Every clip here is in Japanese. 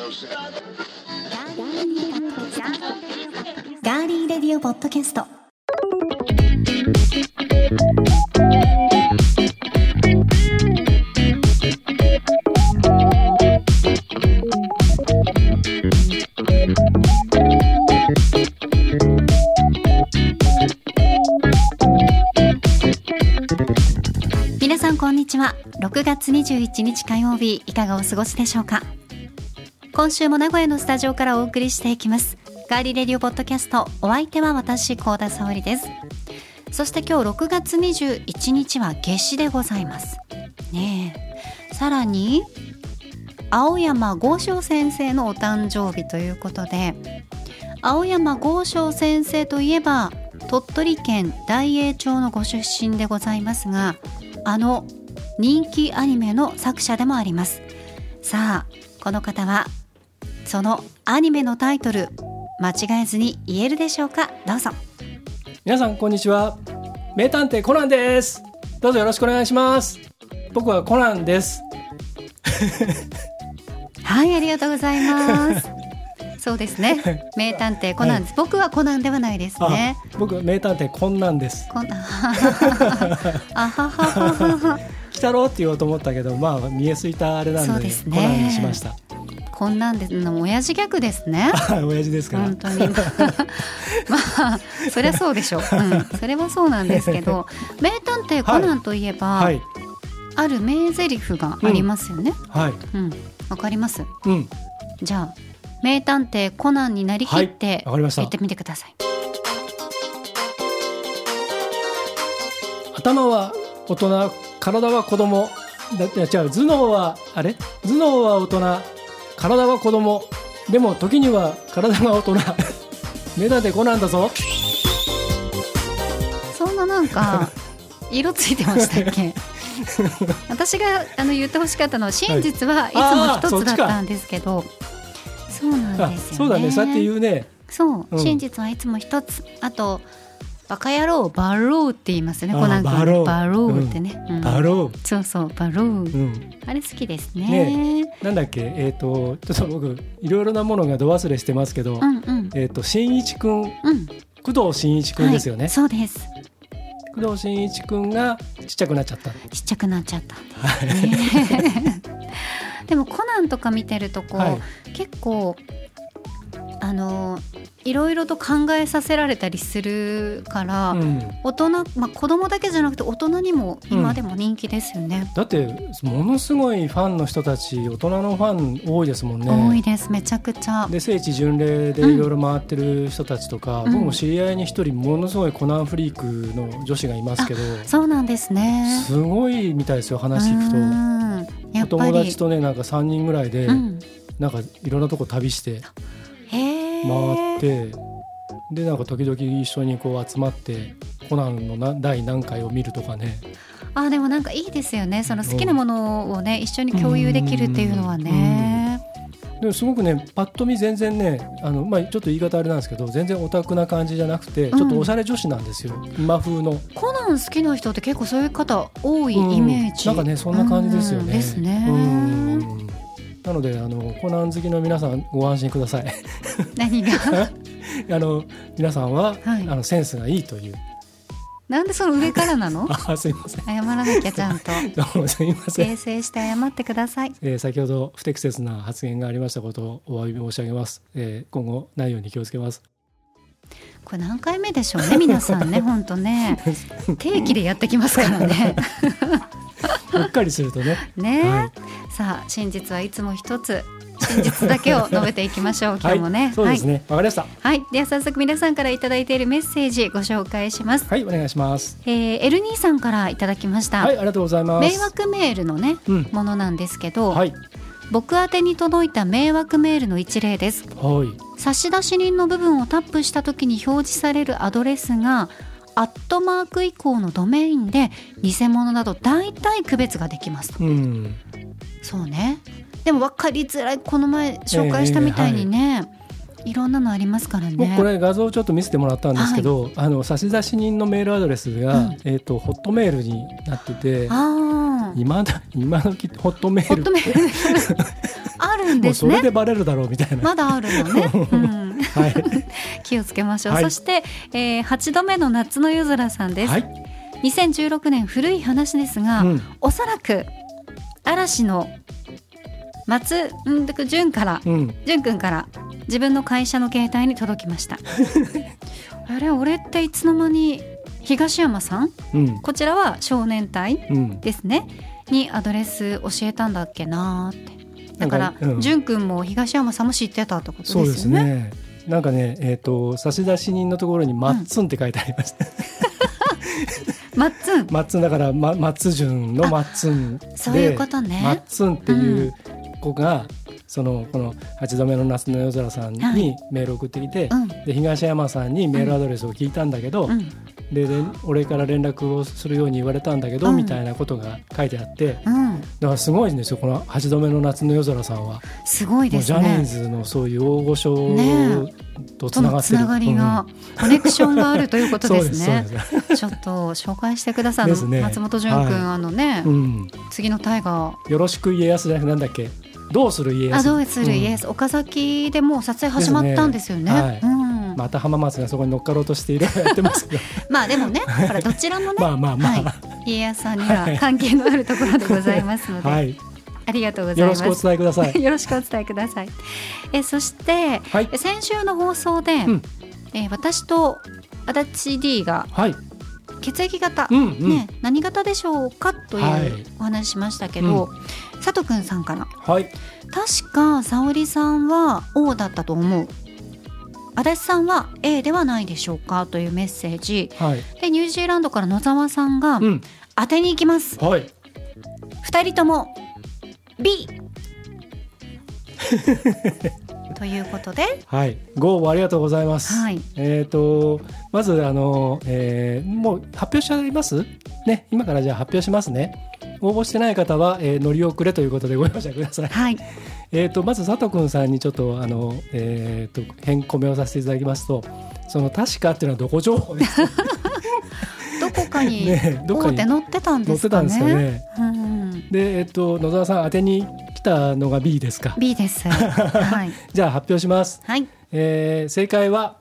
ガーリーレディオポッドキャスト。皆さんこんにちは。6月21日火曜日、いかがお過ごしでしょうか。今週も名古屋のスタジオからお送りしていきますガーリーレディオポッドキャスト。お相手は私幸田沙織です。そして今日6月21日は夏至でございますね。さらに青山剛昌先生のお誕生日ということで、青山剛昌先生といえば鳥取県大栄町のご出身でございますが、あの人気アニメの作者でもあります。さあこの方はそのアニメのタイトル間違えずに言えるでしょうか。どうぞ。 皆さんこんにちは。名探偵コナンです。どうぞよろしくお願いします。僕はコナンですはい、ありがとうございますそうですね、名探偵コナンです、はい、僕はコナンではないですね。 僕は名探偵コンナンです。 あははは来たろうって言おうと思ったけど、まあ見えすいたあれなん で、コナンにしました。 こんなんですの親父ギャグですね親父ですから本当にまあそりゃそうでしょう、それはそうなんですけど名探偵コナンといえば、はい、ある名台詞がありますよね、 はい、 わかります、じゃあ名探偵コナンになりきって言ってみてください。 頭は大人、体は子供違う、頭脳は大人、体は子供、でも時には体が大人名探偵コナンだぞ。 そんななんか色ついてましたっけ私が言ってほしかったのは真実はいつも一つだったんですけど、そうなんですよね。 そうだね、そうやって言うね。 そう、真実はいつも一つ。あとバカ野郎バローって言いますね。コナン君バローってね、バロー、そうそうバロー、あれ好きですね。 なんだっけ、ちょっと僕いろいろなものがど忘れしてますけど、新一くん、工藤新一くんですよね、 そうです。 工藤新一くんがちっちゃくなっちゃったんですねでもコナンとか見てると結構いろいろと考えさせられたりするから、大人、子供だけじゃなくて大人にも今でも人気ですよね、 だってものすごいファンの人たち、大人のファン多いですもんね。 多いです、めちゃくちゃ。 で聖地巡礼でいろいろ回ってる人たちとか、僕も知り合いに一人ものすごいコナンフリークの女子がいますけど、 そうなんですね。 すごいみたいですよ、話聞くと。やっぱりお友達とね、なんか3人ぐらいで、なんかいろんなとこ旅して回って、でなんか時々一緒にこう集まってコナンの第何回を見るとかね。 でもなんかいいですよね、その好きなものをね、一緒に共有できるっていうのはね。 でもすごくね、パッと見全然ね、ちょっと言い方あれなんですけど、全然オタクな感じじゃなくて、ちょっとおしゃれ女子なんですよ、今風の。コナン好きな人って結構そういう方多いイメージ、 なんかね、そんな感じですよね。 ですね。 なのでコナン好きの皆さんご安心ください何が皆さんは、センスがいいという。 なんでその上からなのすいません、 謝らなきゃちゃんとどうもすいません、 訂正して謝ってください。 先ほど不適切な発言がありましたことをお詫び申し上げます。今後ないように気をつけます。 これ何回目でしょうね皆さんね本当ね定期でやってきますからねうっかりするとね。 さあ真実はいつも一つ、真実だけを述べていきましょう今日もね。 そうですね、わかりました。 では早速皆さんからいただいているメッセージご紹介します。 お願いします。 エルニーさんからいただきました。 ありがとうございます。 迷惑メールのね、ものなんですけど、僕宛てに届いた迷惑メールの一例です。差出人の部分をタップした時に表示されるアドレスがアットマーク以降のドメインで偽物など大体区別ができますと。そうね。でも分かりづらい、この前紹介したみたいにね、いろんなのありますからね。 僕これ画像をちょっと見せてもらったんですけど、差出人のメールアドレスが、ホットメールになってて、今時ホットメールあるるんですね。 もうそれでバレるだろうみたいな。 まだあるのね、 はい、 気をつけましょう、 はい、 そして、8度目の夏の夜空さんです、はい、2016年古い話ですが、おそらく嵐の松潤から潤くんから自分の会社の携帯に届きましたあれ俺っていつの間に東山さん、こちらは少年隊ですね、にアドレス教えたんだっけなって。だから潤くんも東山さんも知ってたってことですよね。そうですね。 なんかね、差出人のところにマッツンって書いてありました、 マッツンだから、松潤のマッツンで、 そういうことね。 マッツンっていう子が、この8度目の夏の夜空さんにメールを送ってきて、で東山さんにメールアドレスを聞いたんだけど、で俺から連絡をするように言われたんだけど、みたいなことが書いてあって、だからすごいんですよ、この8度目の夏の夜空さんは。 すごいですね。 ジャニーズのそういう大御所とつながってる、 つながりが、コネクションがあるということですね。ちょっと紹介してください、松本潤くん、次の大河よろしく家康じゃなくてなんだっけ、どうする家康、 どうする家康、岡崎でもう撮影始まったんですよね。 また浜松がそこに乗っかろうとしていろいろやってますけどまあでもね、ほらどちらもね家康さんには関係のあるところでございますので、ありがとうございます。 よろしくお伝えくださいよろしくお伝えください。そして、先週の放送で、私と足立 D が、血液型、何型でしょうかというお話しましたけど、佐藤くんさんから、確か沙織さんは O だったと思う、足立さんは A ではないでしょうかというメッセージ、でニュージーランドから野沢さんが、当てに行きます、2人とも B ということで、 ご応募ありがとうございます、まずもう発表しちゃいますね。今からじゃあ発表しますね。応募してない方は、乗り遅れということでご容赦ください、まず佐藤くんさんにちょっと変更めをさせていただきますと、その確かっていうのはどこ情報ですかどこかに大手載ってたんですかね。 載ってたんですよね、で、野沢さん宛てに来たのが B ですか。 B です、 じゃあ発表します、正解は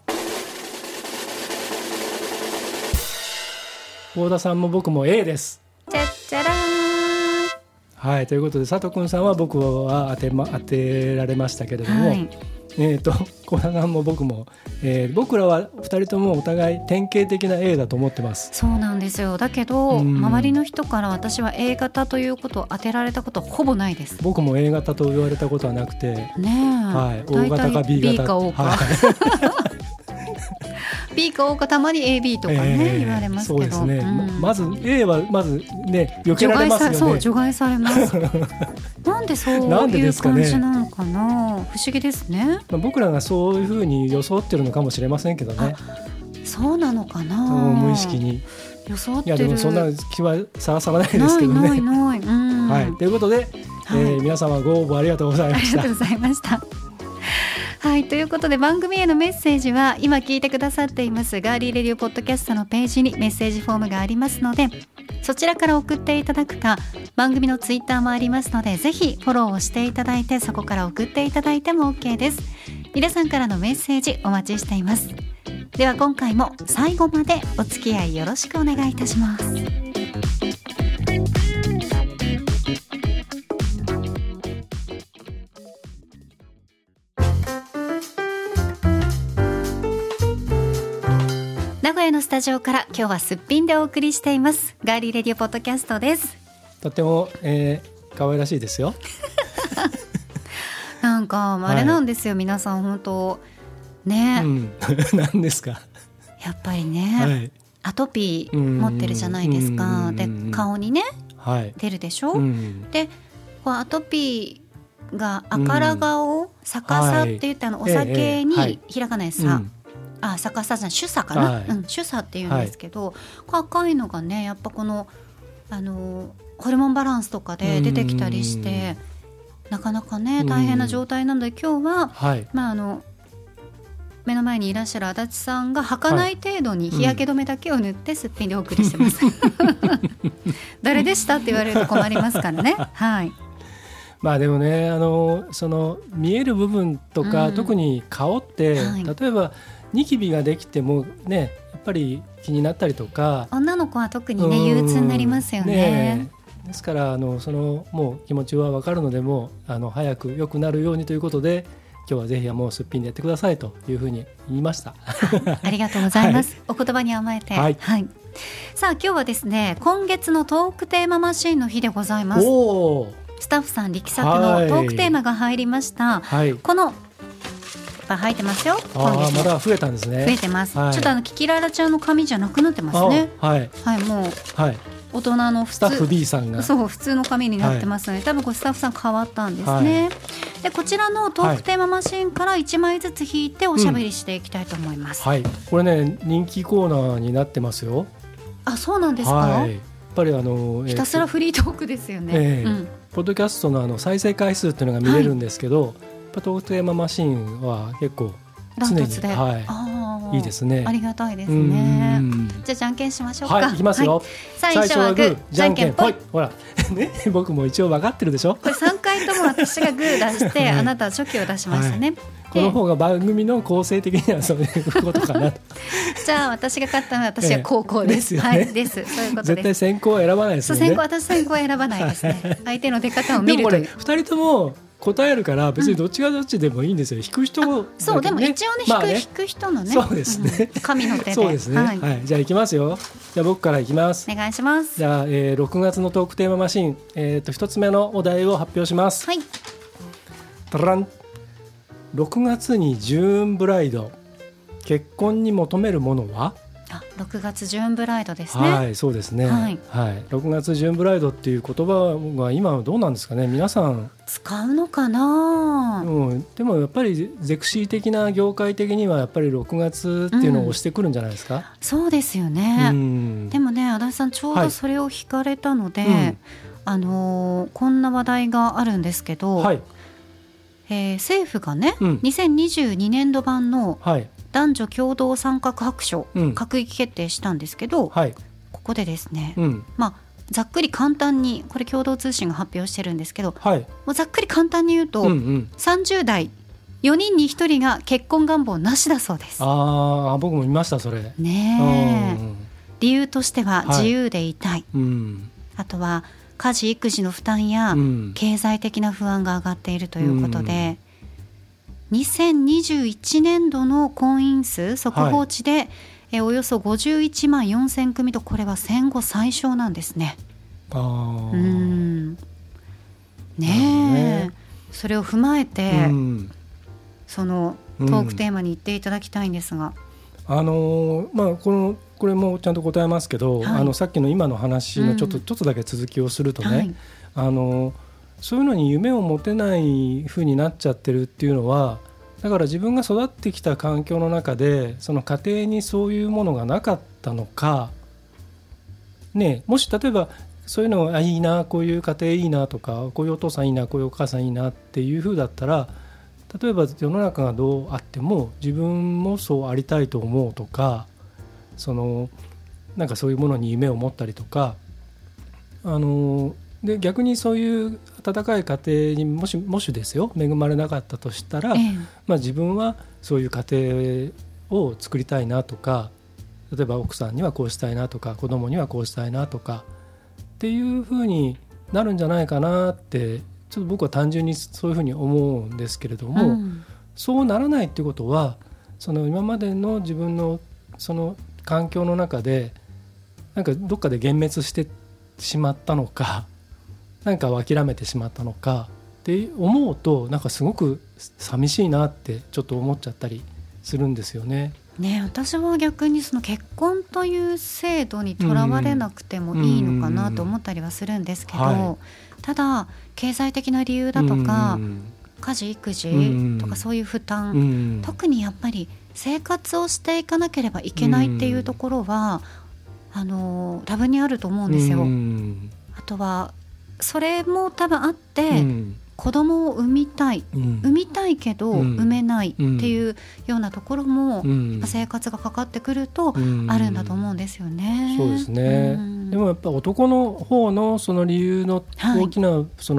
大田さんも僕も A です。 じゃっちゃらーん、 ということで佐藤くんさんは僕は当てられましたけれども、小田さんも僕も、僕らは2人ともお互い典型的な A だと思ってます。 そうなんですよ。だけど、周りの人から私は A 型ということを当てられたことほぼないです。 僕も A 型と言われたことはなくて、 O 型か B 型、 B か O か、B か O か、たまに AB とかね、言われますけど、そうですね、 まず A はまずね避けられますよね。 そう、除外されますなんでそういう感じなのかな、不思議ですね。 僕らがそういうふうに装ってるのかもしれませんけどね。 そうなのかな、 無意識に装ってる。 いやでもそんな気はさらさらないですけどね。 ないということで、皆様ご応募ありがとうございました。 ありがとうございましたということで、番組へのメッセージは今聞いてくださっていますガーリーレディオポッドキャストのページにメッセージフォームがありますので、そちらから送っていただくか、番組のツイッターもありますので、ぜひフォローをしていただいて、そこから送っていただいても OK です。皆さんからのメッセージお待ちしています。では今回も最後までお付き合いよろしくお願いいたします。名古屋のスタジオから今日はすっぴんでお送りしていますガーリーレディオポッドキャストです。 とても、可愛らしいですよなんかあれなんですよ、皆さん本当ね、 何ですか。 やっぱりね、アトピー持ってるじゃないですか。で顔にね、出るでしょ、でこうアトピーが赤ら顔、逆さって言って、お酒にひらがなでさ、逆さじゃない、主査かな、主査っていうんですけど、赤いのがね、やっぱこのホルモンバランスとかで出てきたりして、なかなかね大変な状態なので、今日は、目の前にいらっしゃる足立さんが履かない程度に日焼け止めだけを塗ってすっぴんでお送りしてます、誰でしたって言われると困りますからねまあでもね、その見える部分とか、特に顔って、はい、例えばニキビができてもね、やっぱり気になったりとか、 女の子は特にね、憂鬱になりますよ ね。 ですからそのもう気持ちは分かるので、もう早く良くなるようにということで、今日はぜひもうすっぴんでやってくださいというふうに言いました。 ありがとうございます、はい、お言葉に甘えて、はいはい、さあ今日はですね、今月のトークテーママシーンの日でございます。スタッフさん力作のトークテーマが入りました、はい、この入ってますよ。 まだ増えたんですね。 増えてます、はい、ちょっとキキララちゃんの紙じゃなくなってますね。はい、はい、もう、はい、大人の普通スタッフ B さんがそう普通の紙になってますので、はい、多分これスタッフさん変わったんですね、はい、でこちらのトークテーママシンから1枚ずつ引いておしゃべりしていきたいと思います、 はい、これね人気コーナーになってますよ。 あ、そうなんですか、 はい、やっぱりひたすらフリートークですよね、 ポッドキャストの再生回数っていうのが見れるんですけど、はい、トークテーママシンは結構常に、はい、いいですね。 ありがたいですね。じゃあじゃんけんしましょうか。 はい、いきますよ、 はい、最初はグー、 じゃんけんぽい。ほらね、僕も一応分かってるでしょ。 これ3回とも私がグー出して、あなたはチョキを出しましたね、はい、 この方が番組の構成的にはそういうことかなとじゃあ私が勝ったのは私は後攻です、 ですよね、 はい、です。そういうことです。 絶対先行は選ばないですよね。 私先行は選ばないですね相手の出方を見るという。 でもこれ2人とも答えるから別にどっちがどっちでもいいんですよ、引く人も、ね、 そうでも一応ね、引く人のね、 そうですね、 神の手でそうですね、はいはい、じゃあいきますよ。じゃあ僕からいきます。 お願いします。 じゃあ、6月のトークテーママシン、1つ目のお題を発表します。 はい。 タラン。6月にジューンブライド、結婚に求めるものは。 6月ジューンブライドですね。 はい、そうですね、はいはい、6月ジューンブライドっていう言葉が今はどうなんですかね、皆さん使うのかな、 でもやっぱりゼクシー的な業界的にはやっぱり6月っていうのを押してくるんじゃないですか、 そうですよね、でもね、足立さんちょうどそれを引かれたので、はい、こんな話題があるんですけど、はい、政府がね、2022年度版の男女共同参画白書、閣議決定したんですけど、はい、ここでですね、ざっくり簡単に、これ共同通信が発表してるんですけど、はい、もうざっくり簡単に言うと、30代4人に1人が結婚願望なしだそうです。 僕も見ましたそれね、理由としては自由でいたい、あとは家事育児の負担や経済的な不安が上がっているということで、2021年度の婚姻数速報値で、およそ51万4000組と、これは戦後最小なんですね。ねえ、それを踏まえて、そのトークテーマに言っていただきたいんですが、 これもちゃんと答えますけど、はい、さっきの今の話のちょっとだけ続きをするとね、そういうのに夢を持てない風になっちゃってるっていうのは、だから自分が育ってきた環境の中でその家庭にそういうものがなかったのか、ね、もし例えばそういうのがいいな、こういう家庭いいなとか、こういうお父さんいいな、こういうお母さんいいなっていう風だったら、例えば世の中がどうあっても自分もそうありたいと思うとか、なんかそういうものに夢を持ったりとか、で逆にそういう温かい家庭にもしですよ、恵まれなかったとしたら、自分はそういう家庭を作りたいなとか、例えば奥さんにはこうしたいなとか、子供にはこうしたいなとかっていう風になるんじゃないかなって、ちょっと僕は単純にそういう風に思うんですけれども、そうならないっていうことは、その今までの自分のその環境の中でなんかどっかで幻滅してしまったのか、なんか諦めてしまったのかって思うと、なんかすごく寂しいなってちょっと思っちゃったりするんですよね。 私は逆にその結婚という制度にとらわれなくてもいいのかなと思ったりはするんですけど、ただ経済的な理由だとか、家事育児とかそういう負担、特にやっぱり生活をしていかなければいけないっていうところは多分にあると思うんですよ。あとはそれも多分あって、子供を産みたいけど産めないっていうようなところも、生活がかかってくるとあるんだと思うんですよね。 そうですね、でもやっぱ男の方のその理由の大きなその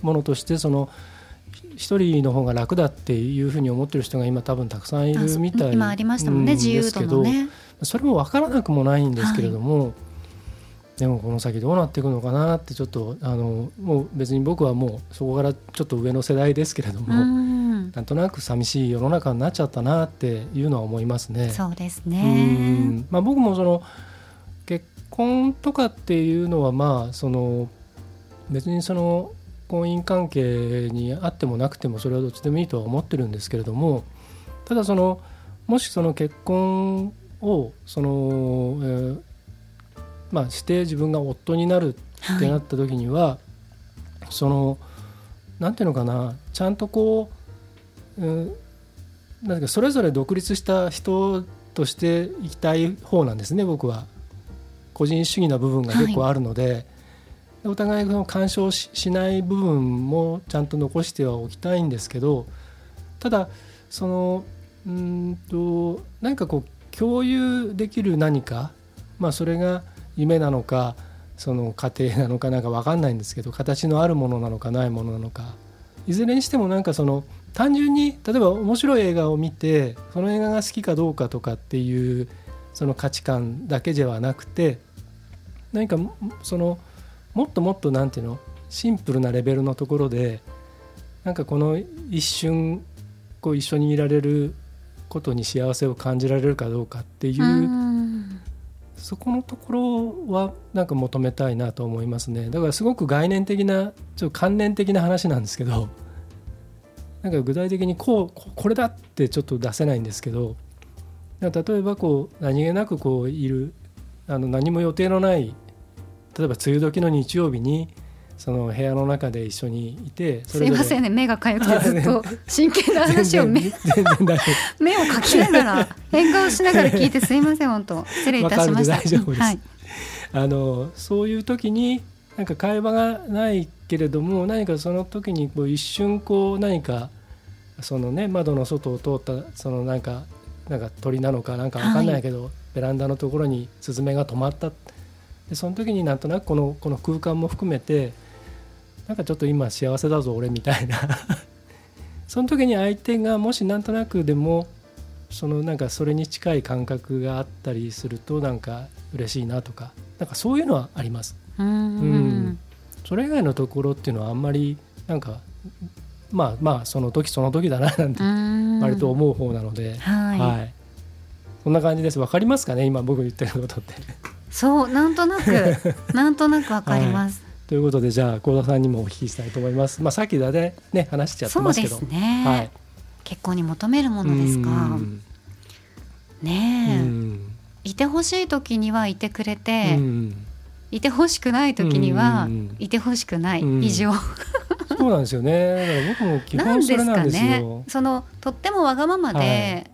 ものとしてその一人の方が楽だっていうふうに思ってる人が今多分たくさんいるみたい今ありましたもんね、自由度のね。 それも分からなくもないんですけれども、でもこの先どうなっていくのかなってちょっともう別に僕はもうそこからちょっと上の世代ですけれども、なんとなく寂しい世の中になっちゃったなっていうのは思いますね。 そうですね。 僕もその結婚とかっていうのはその別にその婚姻関係にあってもなくてもそれはどっちでもいいとは思ってるんですけれども、ただそのもしその結婚をその、して自分が夫になるってなった時には、そのなんていうのかな、ちゃんとこう、なんかそれぞれ独立した人としていきたい方なんですね。僕は個人主義な部分が結構あるので、お互いの干渉 しない部分もちゃんと残してはおきたいんですけど、ただその何かこう共有できる何か、それが夢なのかその家庭なのかなんか分かんないんですけど、形のあるものなのかないものなのか、いずれにしてもなんかその単純に例えば面白い映画を見てその映画が好きかどうかとかっていうその価値観だけではなくて、何かそのもっともっとなんていうの、シンプルなレベルのところでなんかこの一瞬こう一緒にいられることに幸せを感じられるかどうかっていう、そこのところはなんか求めたいなと思いますね。だからすごく概念的なちょっと観念的な話なんですけど、なんか具体的にこれだってちょっと出せないんですけど、例えばこう何気なくこういる何も予定のない、例えば梅雨時の日曜日にその部屋の中で一緒にいて、 すいませんね、目がかゆくてずっと真剣な話を目をかきながら変顔しながら聞いてすいません、本当失礼いたしました。 大丈夫です、そういう時になんか会話がないけれども、何かその時にこう一瞬こう何かそのね、窓の外を通ったそのなんか鳥なのかなんか分かんないけど、ベランダのところにスズメが止まった。でその時になんとなくこの空間も含めてなんかちょっと今幸せだぞ俺みたいなその時に相手がもしなんとなくでもそのなんかそれに近い感覚があったりするとなんか嬉しいなとか、なんかそういうのはあります。それ以外のところっていうのはあんまりなんかその時その時だななんて割と思う方なので、そんな感じです。わかりますかね、今僕言ってることってそう、なんとなくわかります、 ということで、じゃあ幸田さんにもお聞きしたいと思います。さっきだね話しちゃってますけど、 そうですね、結婚に求めるものですかねえ、いてほしい時にはいてくれて、いてほしくない時にはいてほしくない、以上そうなんですよね。だから僕も基本それなんですよ。 なんですかね、そのとってもわがままで、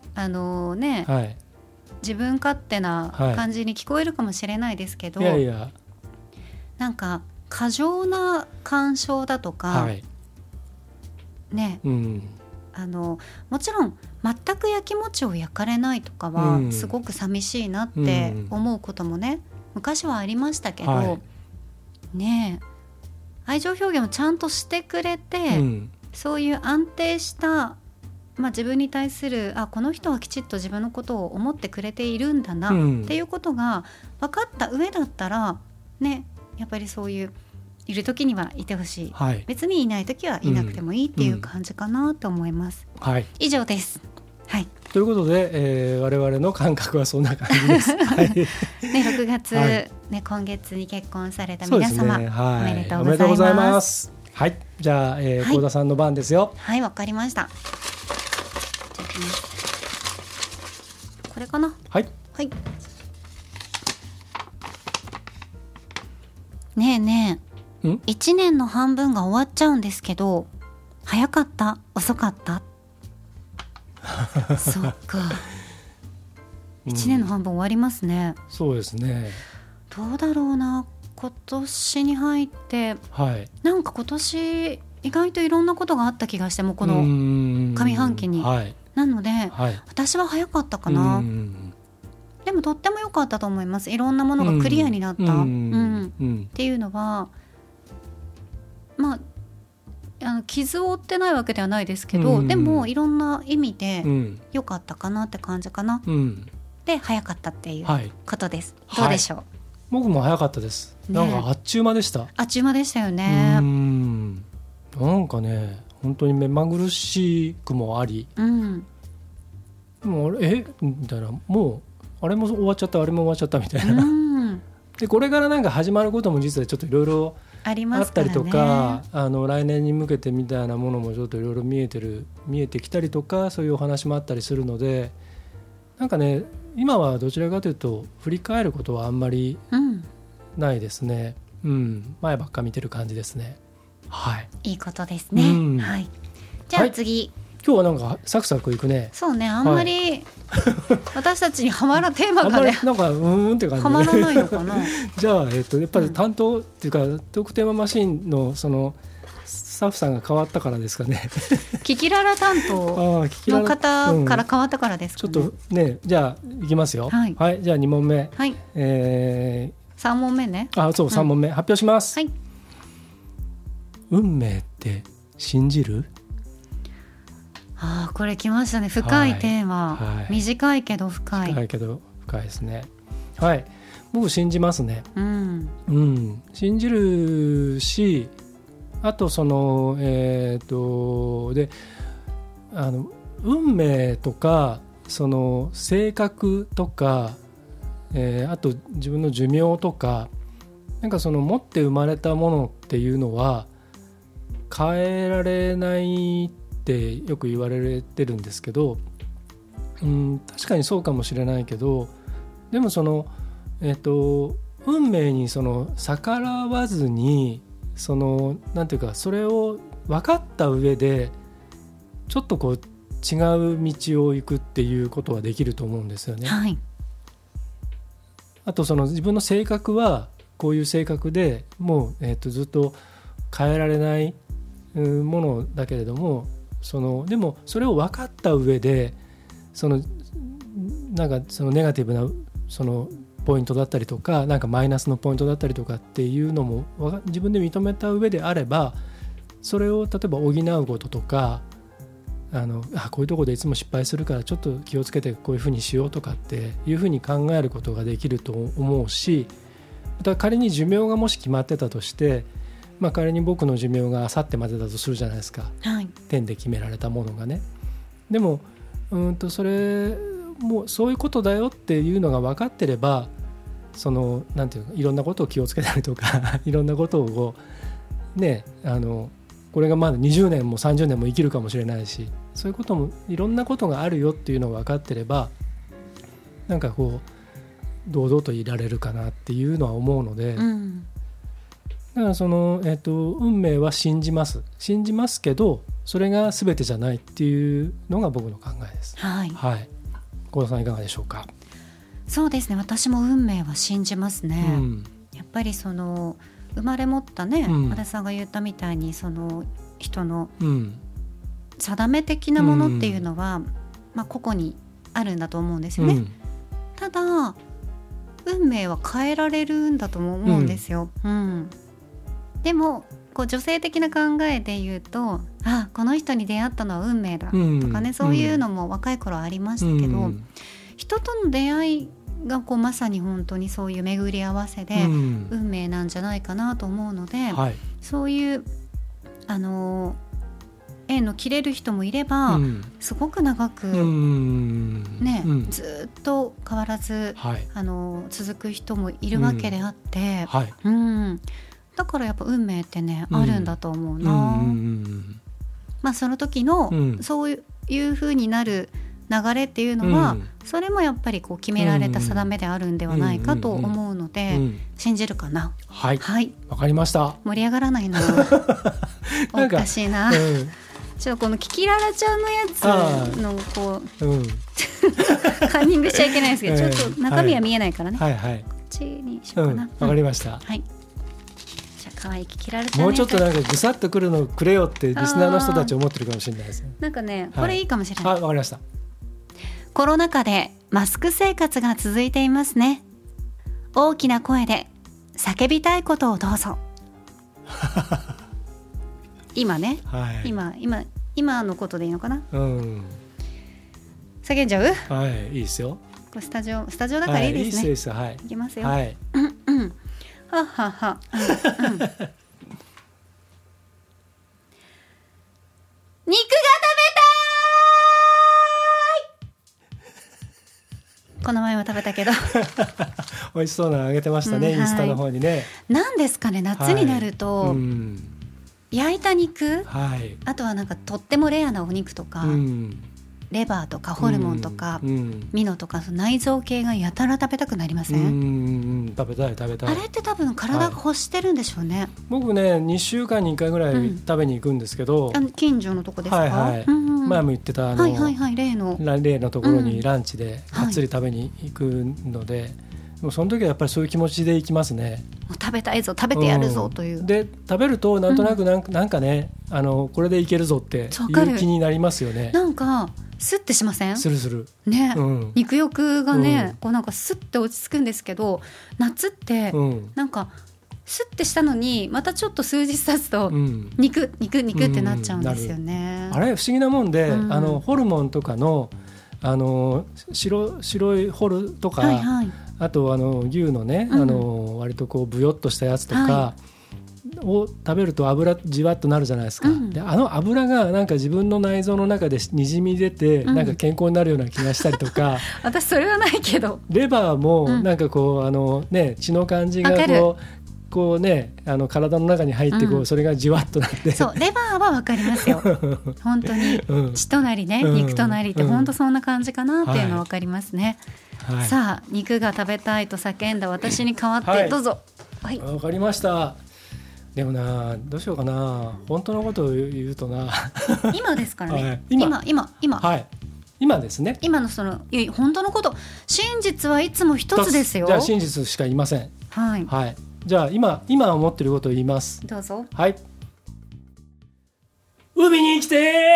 自分勝手な感じに聞こえるかもしれないですけど、なんか過剰な干渉だとか、もちろん全くやきもちを焼かれないとかはすごく寂しいなって思うこともね、昔はありましたけど、愛情表現をちゃんとしてくれて、そういう安定した自分に対するこの人はきちっと自分のことを思ってくれているんだな、っていうことが分かった上だったらね、やっぱりそういういる時にはいてほしい、別にいない時はいなくてもいいっていう感じかなと思います、以上です。 ということで、我々の感覚はそんな感じです 6月、今月に結婚された皆様、おめでとうございます。 じゃあ、幸田さんの番ですよ。 わかりました。これかな。ねえねえ、1年の半分が終わっちゃうんですけど、早かった遅かったそっか、1年の半分終わりますね。 そうですね。 どうだろうな、今年に入って、なんか今年意外といろんなことがあった気がして、もうこの上半期に、なので、私は早かったかな。でもとっても良かったと思います。いろんなものがクリアになった、っていうのは傷を負ってないわけではないですけど、でもいろんな意味で良かったかなって感じかな、で早かったっていうことです、どうでしょう。 僕も早かったです、なんかあっちゅう間でした。 あっちゅう間でしたよね。 なんかね本当に目まぐるしくもあり、もうみたいな、もうあれも終わっちゃったあれも終わっちゃったみたいな、でこれからなんか始まることも実はちょっといろいろあったりとか、来年に向けてみたいなものもちょっといろいろ見えてきたりとか、そういうお話もあったりするので、なんかね今はどちらかというと振り返ることはあんまりないですね、前ばっか見てる感じですね。はい、いいことですね、はい、じゃあ次、 今日はなんかサクサクいくね。 そうね、あんまり、私たちにハマらテーマがねなんかって感じでハマらないのかなじゃあ、やっぱり担当っていうか、トークテーママシンのそのスタッフさんが変わったからですかねキキララ担当の方から変わったからですかね、 ちょっとね、じゃあいきますよ。はい、じゃあ2問目、 3問目ね。 そう、3問目、発表します。 はい。 運命って信じる？ これ来ましたね、深いテーマ、短いけど深いですね。はい、僕信じますね。信じるし、あとそので運命とかその性格とか、あと自分の寿命とか、なんかその持って生まれたものっていうのは変えられないってよく言われてるんですけど、確かにそうかもしれないけど、でもその、運命にその逆らわずに、そのなんていうか、それを分かった上でちょっとこう違う道を行くっていうことはできると思うんですよね。 はい、 あとその自分の性格はこういう性格でもう、ずっと変えられないものだけれども、でもそれを分かった上でなんかそのネガティブなそのポイントだったりとか、なんかマイナスのポイントだったりとかっていうのも自分で認めた上であれば、それを例えば補うこととか、こういうところでいつも失敗するからちょっと気をつけてこういうふうにしようとかっていうふうに考えることができると思うし、また仮に寿命がもし決まってたとして、仮に僕の寿命があさってまでだとするじゃないですか、天で決められたものがね。でもそれもうそういうことだよっていうのが分かってれば、なんていうか、いろんなことを気をつけたりとかいろんなことをね、これがまだ20年も30年も生きるかもしれないし、そういうこともいろんなことがあるよっていうのが分かってれば、なんかこう堂々といられるかなっていうのは思うので、だから運命は信じますけど、それが全てじゃないっていうのが僕の考えです。 はい、 幸田さんいかがでしょうか？ そうですね、私も運命は信じますね。やっぱり生まれ持ったね、和田さんが言ったみたいにその人の定め的なものっていうのは、個々にあるんだと思うんですよね。ただ運命は変えられるんだとも思うんですよ。でもこう女性的な考えで言うと、この人に出会ったのは運命だとかね、そういうのも若い頃ありましたけど、人との出会いがこうまさに本当にそういう巡り合わせで運命なんじゃないかなと思うので、そういう縁の切れる人もいれば、すごく長く、ずっと変わらず、続く人もいるわけであって、だからやっぱ運命ってね、あるんだと思うな。その時の、そういう風になる流れっていうのは、それもやっぱりこう決められた定めであるんではないかと思うので、信じるかな。 はい、わかりました。 盛り上がらないなおかしいな、ちょっとこのキキララちゃんのやつのこう、カンニングしちゃいけないですけど、ちょっと中身は見えないからね、こっちにしようかな。 わかりました。 じゃあ可愛いキキララちゃん、 もうちょっとなんかぐさっとくるのくれよってリスナーの人たち思ってるかもしれないですね。 なんかね、これいいかもしれない。 わかりました。 コロナ禍でマスク生活が続いていますね。大きな声で叫びたいことをどうぞ今ね、 はい、 今のことでいいのかな、 うん、 叫んじゃう？ はい、いいですよ。 これスタジオだからいいですね。 はい、いいです、はい、 いきますよ。 はい、 ははは、肉が食べたいこの前も食べたけど美味しそうなのあげてましたね、インスタの方にね。 なんですかね、夏になると、はい、焼いた肉、 はい、 あとはなんかとってもレアなお肉とか、レバーとかホルモンとか、ミノとか内臓系がやたら食べたくなりません？ 食べたい。 あれって多分体が欲してるんでしょうね。はい、 僕ね2週間に1回ぐらい食べに行くんですけど、 近所のとこですか？ はいはい、前も言ってたはいはいはい、例のところにランチでがっつり食べに行くので、もうその時はやっぱりそういう気持ちで行きますね。 もう食べたいぞ、食べてやるぞという、 で食べるとなんとなくなんかね、これでいけるぞっていう気になりますよね。 なんかスッてしません？するね、肉欲がね、こうなんかスッて落ち着くんですけど、夏ってなんかスッてしたのにまたちょっと数日経つと肉ってなっちゃうんですよね。 あれ不思議なもんで、ホルモンとかの白いホルとか、はいはい、あと牛のね、割とこうブヨっとしたやつとか、はいを食べると油じわっとなるじゃないですか、で油がなんか自分の内臓の中でにじみ出て、なんか健康になるような気がしたりとか私それはないけど、 レバーもなんかこう、血の感じがこうね体の中に入ってそれがじわっとなって、 そうレバーは分かりますよ本当に、血となりね、肉となりって本当そんな感じかなっていうのは分かりますね、はい、さあ肉が食べたいと叫んだ私に代わってどうぞ。 はい、分かりました。でもな、どうしようかな、本当のことを言うとな今ですからね、はい、今、 はい、今ですね。 今の本当のこと、真実はいつも一つですよ。 じゃあ真実しか言いません。はい、はい、じゃあ今思ってることを言います。 どうぞ。 はい、海に行きて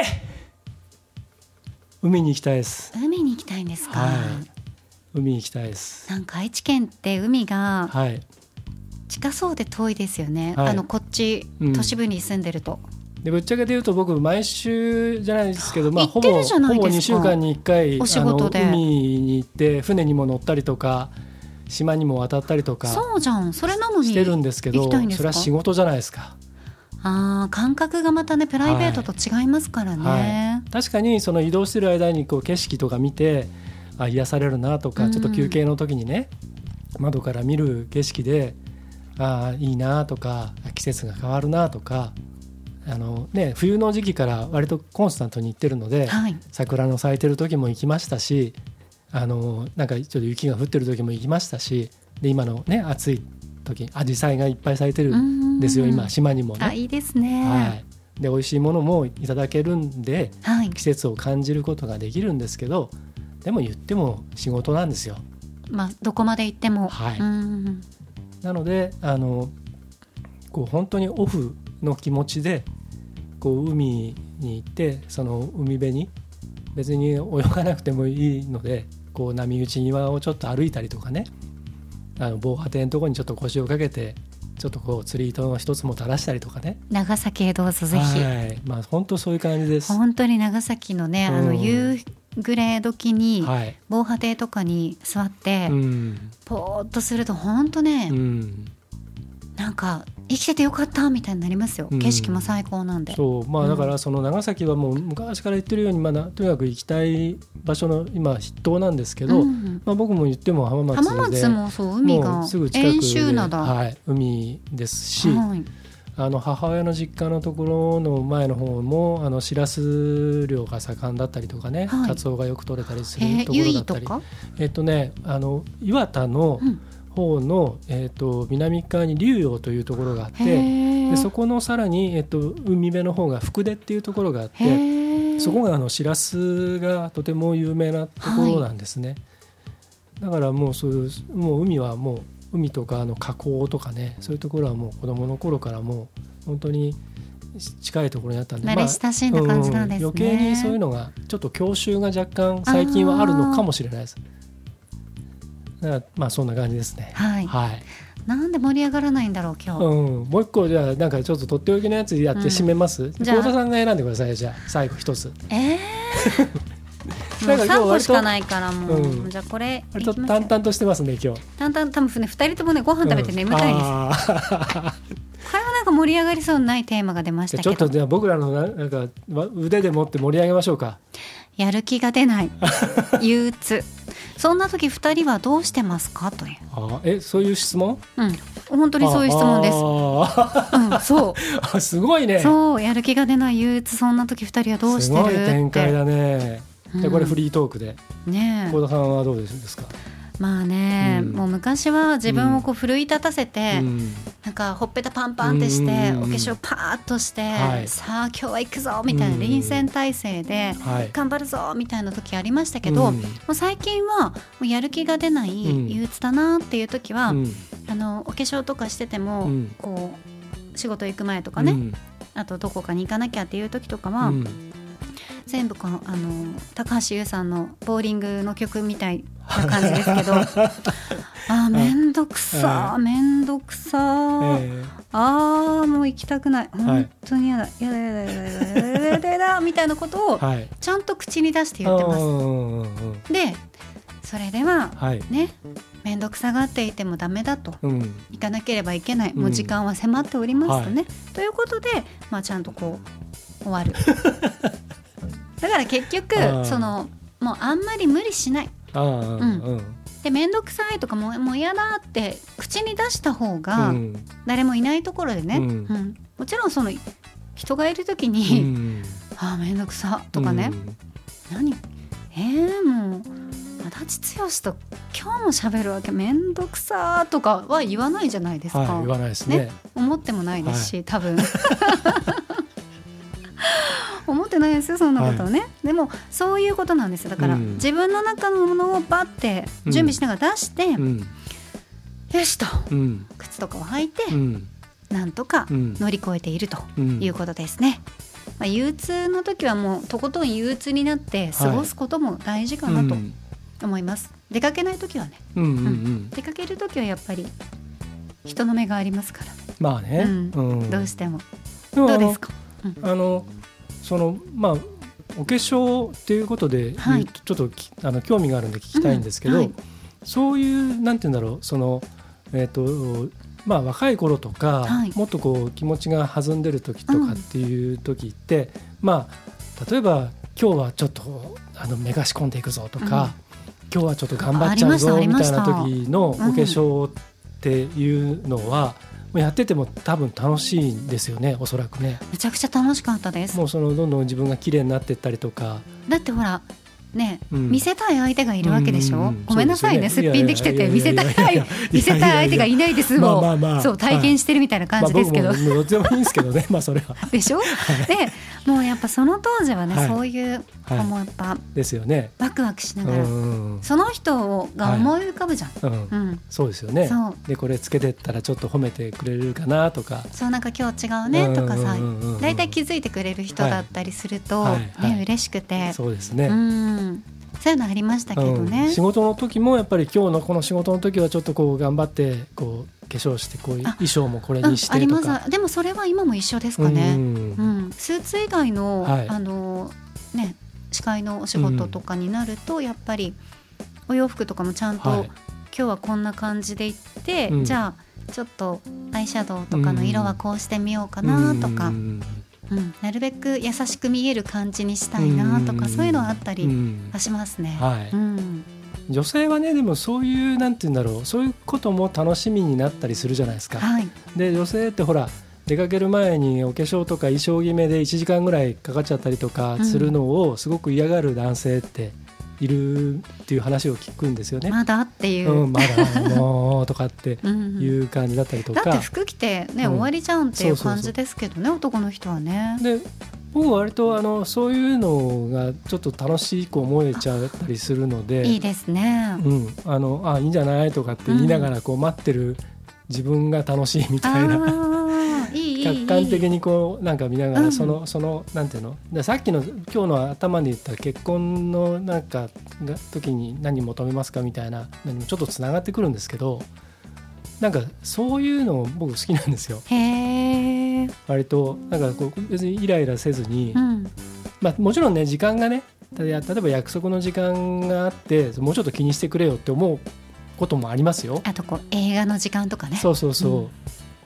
海に行きたいです。 海に行きたいんですか？ はい、海に行きたいです。 なんか愛知県って海が、はい、近そうで遠いですよね、はい、こっち、都市部に住んでると。 でぶっちゃけて言うと僕毎週じゃないですけど、 ほぼ 2週間に1回お仕事で海に行って船にも乗ったりとか島にも渡ったりとかそうじゃん、それなのにしてるんですけど、それは仕事じゃないですか。 感覚がまたねプライベートと違いますからね、はいはい、 確かにその移動してる間にこう景色とか見て癒されるなとか、ちょっと休憩の時にね窓から見る景色でいいなとか、季節が変わるなとか、冬の時期から割とコンスタントに行ってるので、はい、桜の咲いてる時も行きましたし、なんかちょっと雪が降ってる時も行きましたし、で今のね暑い時アジサイがいっぱい咲いてるんですよ、今島にもね。 いいですね、 はい、で美味しいものもいただけるんで、はい、季節を感じることができるんですけど、でも言っても仕事なんですよ。 どこまで行っても、 はい、なのでこう本当にオフの気持ちでこう海に行って、その海辺に別に泳がなくてもいいので、こう波打ち際をちょっと歩いたりとかね、防波堤のところにちょっと腰をかけてちょっとこう釣り糸の一つも垂らしたりとかね。 長崎へどうぞぜひ。 はい、本当そういう感じです。 本当に長崎のね、夕暮れ時に防波堤とかに座って、ポーっとすると本当ね、なんか生きててよかったみたいになりますよ、景色も最高なんで。 そう、だからその長崎はもう昔から言ってるように、とにかく行きたい場所の今筆頭なんですけど、僕も言っても浜松もそう海がすぐ近くで、 遠州灘、 はい、海ですし、母親の実家のところの前の方もしらす漁が盛んだったりとかね、カツオがよく取れたりするところだったり、岩田の方の、南側に竜陽というところがあって、でそこのさらに、海辺の方が福出っていうところがあって、そこがしらすがとても有名なところなんですね、だからもう海はもう海とか河口とかね、そういうところはもう子どもの頃からもう本当に近いところにあったんで、 慣れ親しんだ感じなんですね、 余計にそういうのがちょっと郷愁が若干最近はあるのかもしれないです。だからそんな感じですね。 はい、はい、 なんで盛り上がらないんだろう今日、 もう一個じゃあなんかちょっととっておきのやつやって締めます。幸田さんが選んでください。じゃあ最後一つ。 もう3個しかないからもう、じゃあこれ割と淡々としてますね今日。 淡々多分ね2人ともねご飯食べて眠たいです、これはなんか盛り上がりそうにないテーマが出ましたけど、 ちょっとじゃあ僕らのなんか腕で持って盛り上げましょうか。 やる気が出ない憂鬱、そんな時2人はどうしてますかという。 そういう質問？ 本当にそういう質問です。 そうすごいね。 そう、やる気が出ない憂鬱、そんな時2人はどうしてるって。 すごい展開だね。でこれフリートークで、幸田さんはどうですか？ まあね、もう昔は自分をこう奮い立たせて、なんかほっぺたパンパンってして、お化粧パーッとして、さあ今日は行くぞみたいな臨戦態勢で頑張るぞみたいな時ありましたけど、もう最近はもうやる気が出ない憂鬱だなっていう時は、お化粧とかしてても、こう仕事行く前とかね、あとどこかに行かなきゃっていう時とかは、全部高橋優さんのボーリングの曲みたいな感じですけどめんどくさめんどくさ、もう行きたくない、本当にやだみたいなことをちゃんと口に出して言ってます。でそれでは、ね、めんどくさがっていてもダメだと、行かなければいけない、もう時間は迫っておりますとね、ということで、ちゃんとこう終わるだから結局もうあんまり無理しない、でめんどくさいとかもう嫌だって口に出した方が、誰もいないところでね、もちろんその人がいる時に、めんどくさとかね、何もう足立剛と今日も喋るわけめんどくさとかは言わないじゃないですか、 言わないですね。 思ってもないですし、多分思ってないですよそんなことをね、でもそういうことなんですよ。だから、自分の中のものをバッて準備しながら出して、よしと、靴とかを履いて、なんとか乗り越えているということですね。憂鬱の時はもうとことん憂鬱になって過ごすことも大事かなと思います。出かけない時はね、出かける時はやっぱり人の目がありますから、 まあね、 どうしても。どうですか？ お化粧っていうことで言うとちょっと興味があるんで聞きたいんですけど、そういうなんて言うんだろう、若い頃とか、もっとこう気持ちが弾んでる時とかっていう時って、例えば今日はちょっと目が仕込んでいくぞとか、今日はちょっと頑張っちゃうぞみたいな時のお化粧っていうのは、やってても多分楽しいんですよね、おそらくね。 めちゃくちゃ楽しかったです。 もうどんどん自分が綺麗になっていったりとか。 だってほらね、見せたい相手がいるわけでしょ。ごめんなさいね、すっぴんできてて見せたい相手がいないですをそう体験してるみたいな感じですけど、 僕もどっちでもいいんですけどねそれはでしょ。でもうやっぱその当時はね、そういうもうやっぱですよね、 ワクワクしながらその人が思い浮かぶじゃん。 そうですよね。でこれつけてったらちょっと褒めてくれるかなとか、 そうなんか今日違うねとかさ、だいたい気づいてくれる人だったりすると嬉しくて、 そうですね、 そういうのありましたけどね。 仕事の時もやっぱり今日のこの仕事の時はちょっとこう頑張ってこう化粧してこう衣装もこれにしてとか、 でもそれは今も一緒ですかね。スーツ以外の、司会のお仕事とかになると、やっぱりお洋服とかもちゃんと、今日はこんな感じでいって、じゃあちょっとアイシャドウとかの色はこうしてみようかなとか、なるべく優しく見える感じにしたいなとか、そういうのはあったりはしますね。 女性はね、でもそういうなんていうんだろう、そういうことも楽しみになったりするじゃないですか。で女性ってほら出かける前にお化粧とか衣装決めで1時間ぐらいかかっちゃったりとかするのをすごく嫌がる男性っているっていう話を聞くんですよね。 まだっていう、 まだもうとかっていう感じだったりとか、 だって服着てね、終わりじゃんっていう感じですけどね、男の人はね。 で僕は割とそういうのがちょっと楽しく思えちゃったりするので、 いいですね。 いいんじゃないとかって言いながらこう待ってる自分が楽しいみたいな、客観的にこうなんか見ながら、そのなんていうので、さっきの今日の頭で言った結婚のなんか時に何求めますかみたいなのにもちょっとつながってくるんですけど、 なんかそういうの僕好きなんですよ。 へー。 割となんかこう別にイライラせずに、まあ、もちろんね時間がね例えば約束の時間があってもうちょっと気にしてくれよって思うこともありますよ。 あとこう映画の時間とかね。 そうそうそう、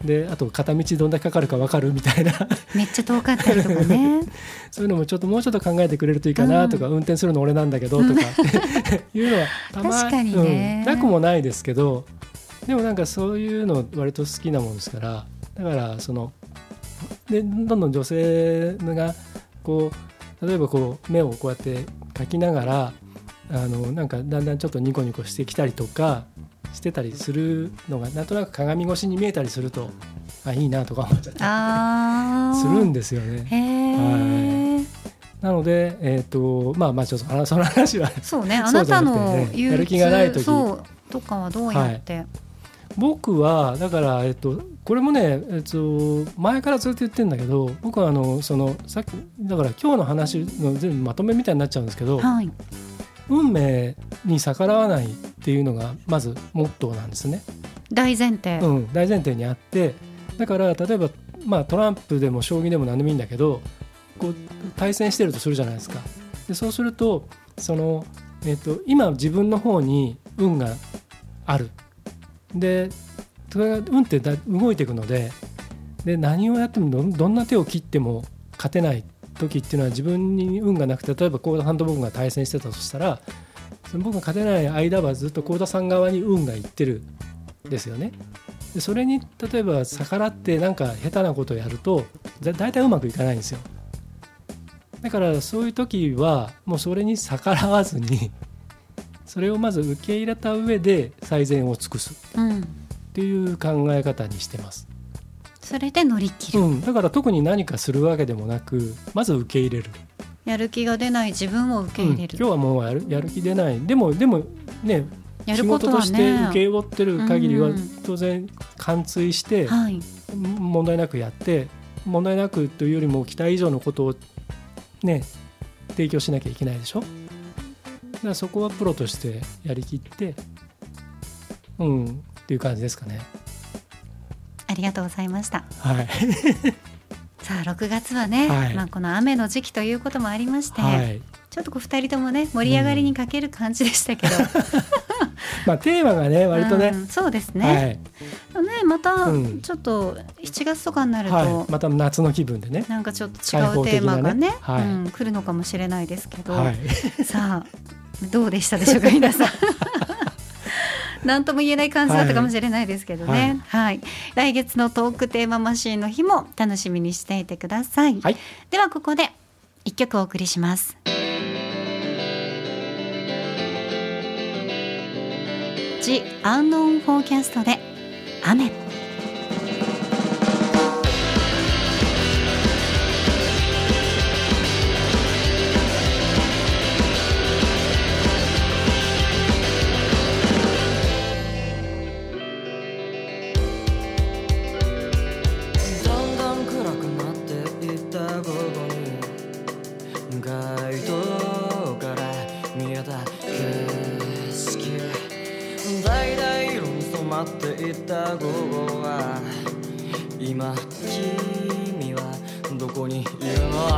であと片道どんだけかかるか分かるみたいなめっちゃ遠かったりとかねそういうのももうちょっと考えてくれるといいかなとか、運転するの俺なんだけどとかっていうのはたま確かにね、 なくもないですけど、でもなんかそういうの割と好きなもんですから、だからでどんどん女性がこう例えばこう目をこうやって描きながらなんかだんだんちょっとニコニコしてきたりとかしてたりするのがなんとなく鏡越しに見えたりするといいなとか思っちゃったりするんですよね。はい、なので、まあちょっとその話はそうね、あなたのやる気がない時とかはどうやって、 僕はだから、これもね、前からずっと言ってるんだけど、僕はさっきだから今日の話の全部まとめみたいになっちゃうんですけど、 はい、 運命に逆らわないっていうのがまずモットーなんですね。 大前提、 大前提にあって、だから例えば、まあ、トランプでも将棋でも何でもいいんだけど、こう対戦してるとするじゃないですか。でそうすると今自分の方に運がある。でそれが運って動いていくので、何をやってもどんな手を切っても勝てない時っていうのは自分に運がなくて、例えば幸田さんと僕が対戦してたとしたら、僕が勝てない間はずっと幸田さん側に運がいってるんですよね。でそれに例えば逆らってなんか下手なことをやるとだいたいうまくいかないんですよ。だからそういう時はもうそれに逆らわずにそれをまず受け入れた上で最善を尽くすっていう考え方にしてます。 それで乗り切る、 だから特に何かするわけでもなく、まず受け入れる。 やる気が出ない自分を受け入れる、 今日はもうやる気出ない、でもね、 やることはね、 仕事として請け負ってる限りは当然貫通して、問題なくやって、問題なくというよりも期待以上のことをね提供しなきゃいけないでしょ。だからそこはプロとしてやりきってっていう感じですかね。 ありがとうございました。 はい。 さあ6月はね、この雨の時期ということもありまして、ちょっと2人ともね盛り上がりに欠ける感じでしたけど、 まあテーマがね割とね、 そうですね、またちょっと7月とかになると、 また夏の気分でね、 なんかちょっと違うテーマがね来るのかもしれないですけど、さあどうでしたでしょうか皆さん。何とも言えない感じだったかもしれないですけどね、来月のトークテーママシーンの日も楽しみにしていてください、ではここで1曲お送りします。The Unknown Forecast で雨。 今君はどこにいるの？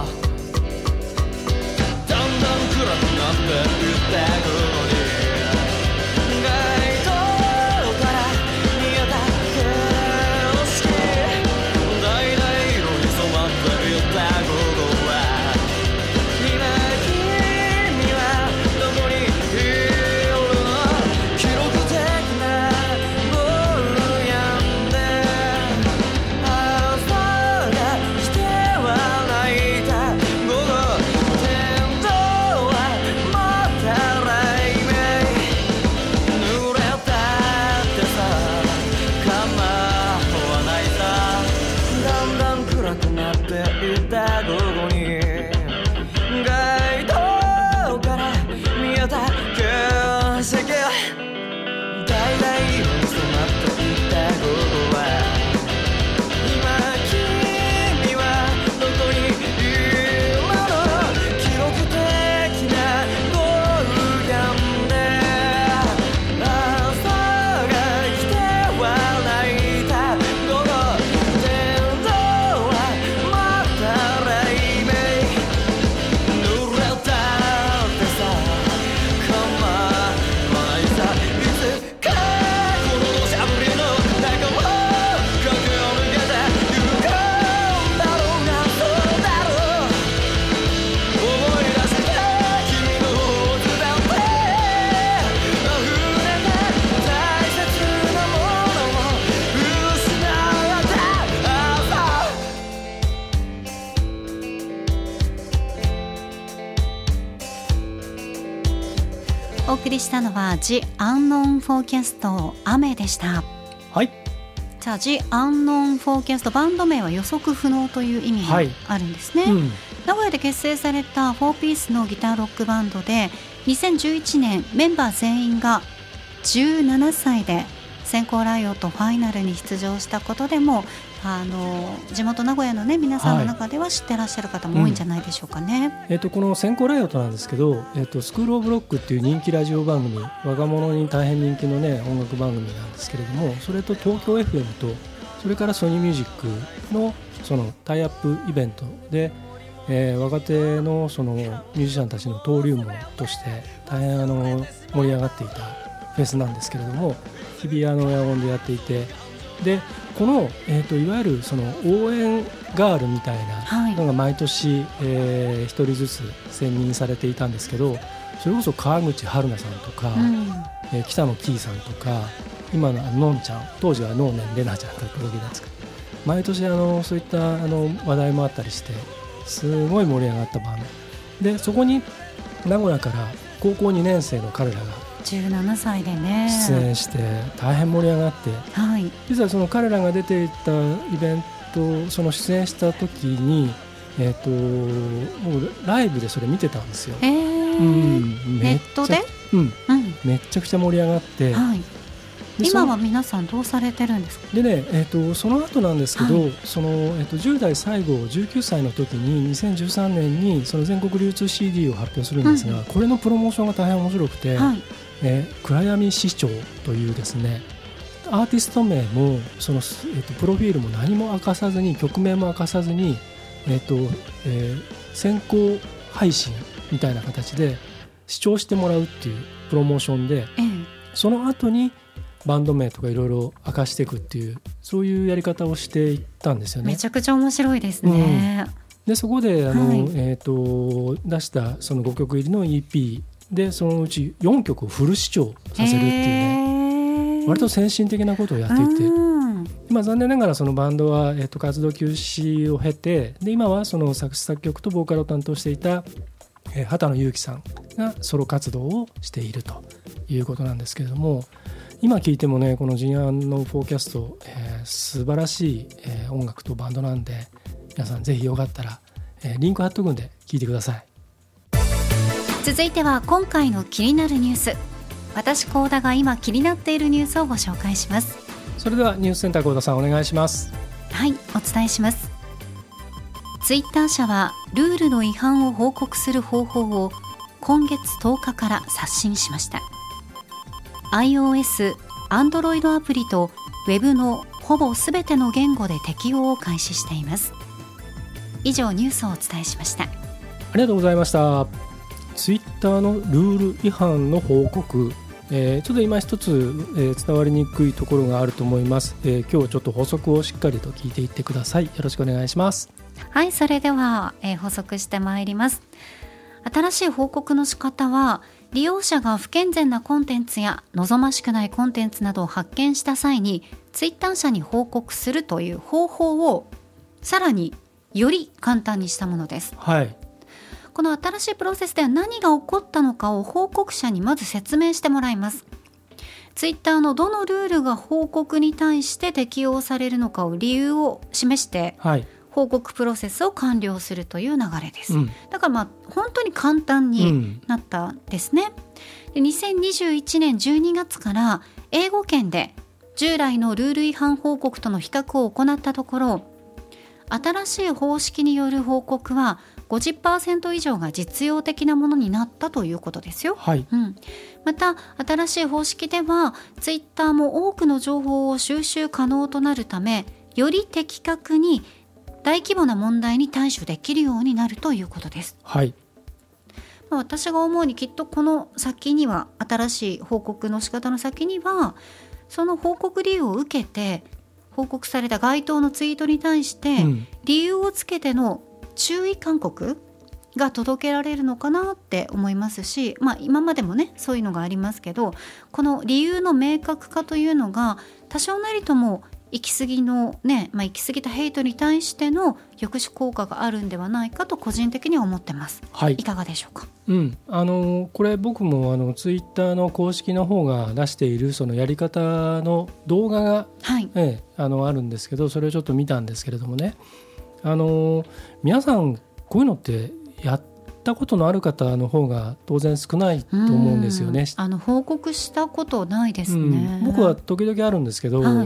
だんだん暗くなっていった頃に街灯から見えた景色、橙色に染まっていった午後は今君はどこにいるの？記録的なまたお送りしたのは The Unknown Forecast 雨でした。 はい。 じゃあ The Unknown Forecast、 バンド名は予測不能という意味があるんですね、名古屋で結成された4ピースのギターロックバンドで、2011年メンバー全員が17歳で先行ライオットファイナルに出場したことでも地元名古屋の、ね、皆さんの中では知ってらっしゃる方も多いんじゃないでしょうかね、 この先行ライオットなんですけど、スクールオブロックっていう人気ラジオ番組、若者に大変人気の、ね、音楽番組なんですけれども、それと東京 FM とそれからソニーミュージックのそのタイアップイベントで、若手のそのミュージシャンたちの登竜門として大変盛り上がっていたフェスなんですけれども、日比谷の野音でやっていて、でこの、いわゆるその応援ガールみたいなのが毎年、1人ずつ選任されていたんですけど、それこそ川口春奈さんとか、北野キーさんとか、今ののんちゃん、当時は能年玲奈ちゃんというプロデューサーですけど、毎年そういった話題もあったりして、すごい盛り上がったバンドで、そこに名古屋から高校2年生の彼らが 17歳でね出演して大変盛り上がって、実はその彼らが出ていたイベント、その出演した時に、もうライブでそれ見てたんですよ、 ネットで、 めっちゃくちゃ盛り上がって、 今は皆さんどうされてるんですか？ でね、その後なんですけど、その10代最後19歳の時に2013年にその全国流通 CD を発表するんですが、これのプロモーションが大変面白くて、暗闇市長というですね、アーティスト名もその、プロフィールも何も明かさずに、曲名も明かさずに、先行配信みたいな形で視聴してもらうっていうプロモーションで、その後にバンド名とかいろいろ明かしていくっていう、そういうやり方をしていったんですよね。 めちゃくちゃ面白いですね、 でそこで出したその5曲入りの EP で、そのうち4曲をフル視聴させるっていうね、割と先進的なことをやっていて、今残念ながらそのバンドは、活動休止を経て、で今はその作詞作曲とボーカルを担当していた畑野裕樹さんがソロ活動をしているということなんですけれども、今聞いてもね、このジンアンのフォーキャスト、素晴らしい、音楽とバンドなんで、皆さんぜひよかったら、リンク貼っとくんで聞いてください。 続いては今回の気になるニュース、私高田が今気になっているニュースをご紹介します。 それではニュースセンター高田さんお願いします。 はい、お伝えします。ツイッター社はルールの違反を報告する方法を今月10日から刷新しました。iOS、Android アプリと Web のほぼすべての言語で適用を開始しています。以上ニュースをお伝えしました。 ありがとうございました。ツイッターのルール違反の報告、ちょっと今一つ、伝わりにくいところがあると思います。今日ちょっと補足をしっかりと聞いていってください。よろしくお願いします。 はい、それでは、補足してまいります。新しい報告の仕方は、利用者が不健全なコンテンツや望ましくないコンテンツなどを発見した際にツイッター社に報告するという方法をさらにより簡単にしたものです。この新しいプロセスでは何が起こったのかを報告者にまず説明してもらいます。ツイッターのどのルールが報告に対して適用されるのかを理由を示して、報告プロセスを完了するという流れです、だから本当に簡単になったんですね、で2021年12月から英語圏で従来のルール違反報告との比較を行ったところ、新しい方式による報告は 50% 以上が実用的なものになったということですよ、また新しい方式ではツイッターも多くの情報を収集可能となるため、より的確に大規模な問題に対処できるようになるということです、私が思うにきっとこの先には、新しい報告の仕方の先にはその報告理由を受けて報告された該当のツイートに対して理由をつけての注意勧告が届けられるのかなって思いますし、今までもねそういうのがありますけど、この理由の明確化というのが多少なりとも行き過ぎのね、行き過ぎたヘイトに対しての抑止効果があるんではないかと個人的には思ってます、 はい、 いかがでしょうか。 これ僕もツイッターの公式の方が出しているそのやり方の動画が、はいあるんですけど、それをちょっと見たんですけれどもね、皆さんこういうのってやったことのある方の方が当然少ないと思うんですよね。 報告したことないですね、 僕は時々あるんですけど、はい、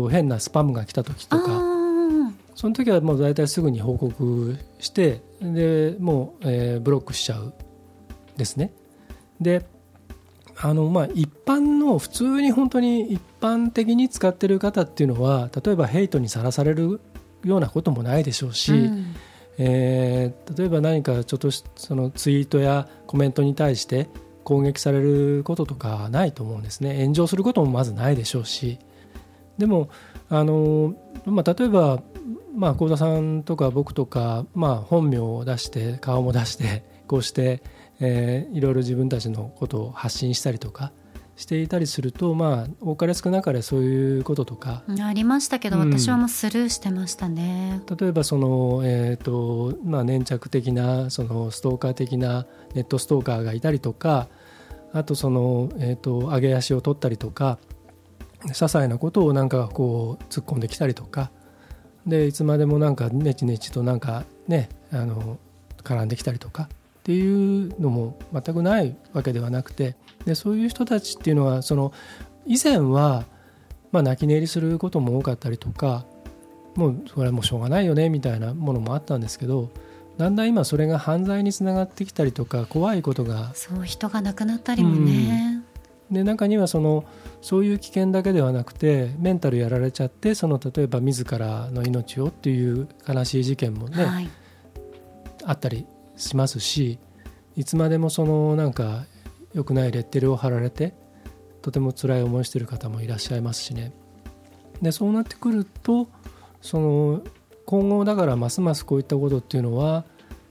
変なスパムが来た時とか、その時はもう大体すぐに報告してでもう、ブロックしちゃうですね。で一般の普通に本当に一般的に使ってる方っていうのは例えばヘイトにさらされるようなこともないでしょうし、例えば何かちょっとそのツイートやコメントに対して攻撃されることとかはないと思うんですね。炎上することもまずないでしょうし、でも例えば幸田さんとか僕とか、本名を出して顔も出してこうして、いろいろ自分たちのことを発信したりとかしていたりすると、多かれ少なかれそういうこととかありましたけど、私はもうスルーしてましたね。 例えばその、粘着的なそのストーカー的なネットストーカーがいたりとか、あとその、上げ足を取ったりとか、些細なことをなんかこう突っ込んできたりとかで、いつまでもなんかネチネチとなんかね絡んできたりとかっていうのも全くないわけではなくて、でそういう人たちっていうのはその以前は泣き寝入りすることも多かったりとか、もうそれはもうしょうがないよねみたいなものもあったんですけど、だんだん今それが犯罪につながってきたりとか、怖いことがそう人が亡くなったりもね、 で中にはそういう危険だけではなくてメンタルやられちゃって、例えば自らの命をっていう悲しい事件もね、はい、あったりしますし、いつまでもなんか良くないレッテルを貼られてとても辛い思いしている方もいらっしゃいますしね。でそうなってくると今後だからますますこういったことっていうのは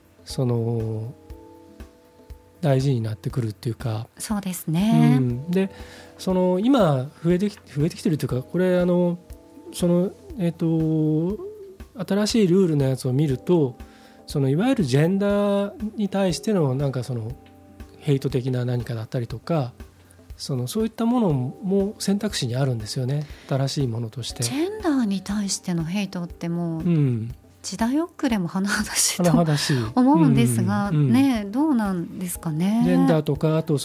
大事になってくるっていうか。 そうですね、 で今増えてきてるというか、これ新しいルールのやつを見るといわゆるジェンダーに対してのなんかヘイト的な何かだったりとか、そういったものも選択肢にあるんですよね、新しいものとして。 ジェンダーに対してのヘイトってもう、時代遅れも甚だしいと思うんですが、どうなんですかね。 ジェンダーとかあと